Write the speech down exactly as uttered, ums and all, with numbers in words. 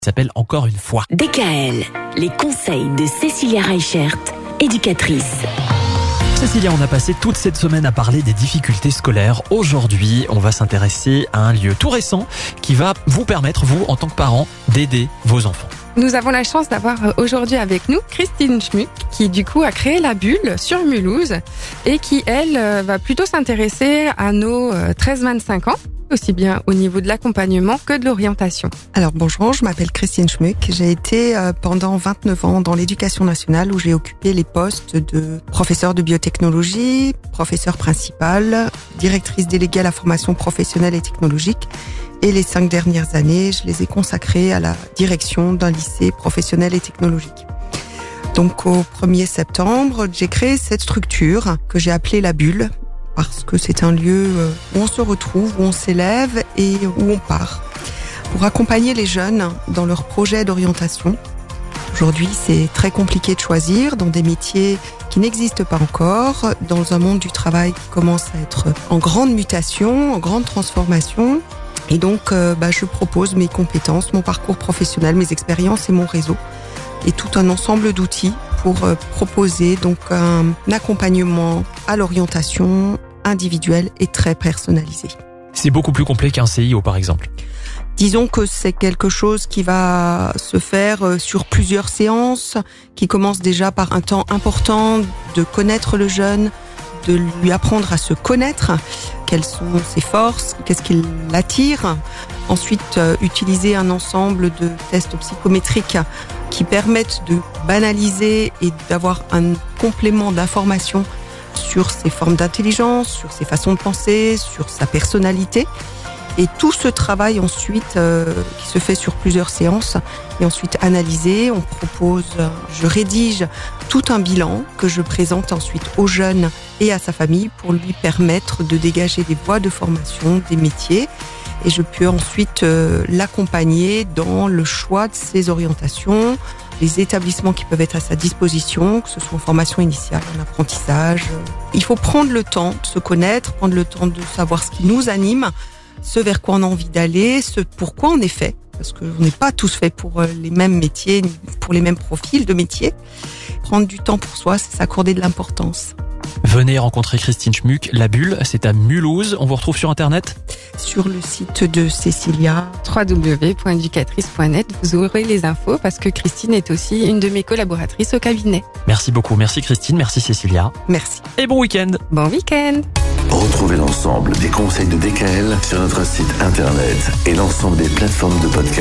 S'appelle Encore une fois. D K L, les conseils de Cécilia Reichert, éducatrice. Cécilia, on a passé toute cette semaine à parler des difficultés scolaires. Aujourd'hui, on va s'intéresser à un lieu tout récent qui va vous permettre, vous, en tant que parent, d'aider vos enfants. Nous avons la chance d'avoir aujourd'hui avec nous Christine Schmuck qui du coup a créé la Bulle sur Mulhouse et qui elle va plutôt s'intéresser à nos treize vingt-cinq ans, aussi bien au niveau de l'accompagnement que de l'orientation. Alors bonjour, je m'appelle Christine Schmuck. J'ai été pendant vingt-neuf ans dans l'éducation nationale où j'ai occupé les postes de professeur de biotechnologie, professeur principal, directrice déléguée à la formation professionnelle et technologique. Et les cinq dernières années, je les ai consacrées à la direction d'un lycée professionnel et technologique. Donc au premier septembre, j'ai créé cette structure que j'ai appelée la Bulle parce que c'est un lieu où on se retrouve, où on s'élève et où on part pour accompagner les jeunes dans leurs projets d'orientation. Aujourd'hui, c'est très compliqué de choisir dans des métiers qui n'existent pas encore, dans un monde du travail qui commence à être en grande mutation, en grande transformation. Et donc, euh, bah, je propose mes compétences, mon parcours professionnel, mes expériences et mon réseau. Et tout un ensemble d'outils pour euh, proposer donc un, un accompagnement à l'orientation individuelle et très personnalisé. C'est beaucoup plus complet qu'un C I O, par exemple. Disons que c'est quelque chose qui va se faire sur plusieurs séances, qui commence déjà par un temps important de connaître le jeune, de lui apprendre à se connaître, quelles sont ses forces, qu'est-ce qui l'attire. Ensuite, euh, utiliser un ensemble de tests psychométriques qui permettent de banaliser et d'avoir un complément d'information sur ses formes d'intelligence, sur ses façons de penser, sur sa personnalité. Et tout ce travail ensuite, euh, qui se fait sur plusieurs séances, est ensuite analysé. On propose, euh, je rédige tout un bilan que je présente ensuite aux jeunes et à sa famille pour lui permettre de dégager des voies de formation, des métiers. Et je peux ensuite euh, l'accompagner dans le choix de ses orientations, les établissements qui peuvent être à sa disposition, que ce soit en formation initiale, en apprentissage. Il faut prendre le temps de se connaître, prendre le temps de savoir ce qui nous anime, ce vers quoi on a envie d'aller, ce pourquoi on est fait, parce qu'on n'est pas tous faits pour les mêmes métiers, pour les mêmes profils de métiers. Prendre du temps pour soi, c'est s'accorder de l'importance. Venez rencontrer Christine Schmuck, la Bulle, c'est à Mulhouse. On vous retrouve sur Internet ? Sur le site de Cécilia. w w w point éducatrice point net, vous aurez les infos parce que Christine est aussi une de mes collaboratrices au cabinet. Merci beaucoup, merci Christine, merci Cécilia. Merci. Et bon week-end. Bon week-end. Retrouvez l'ensemble des conseils de D K L sur notre site internet et l'ensemble des plateformes de podcast.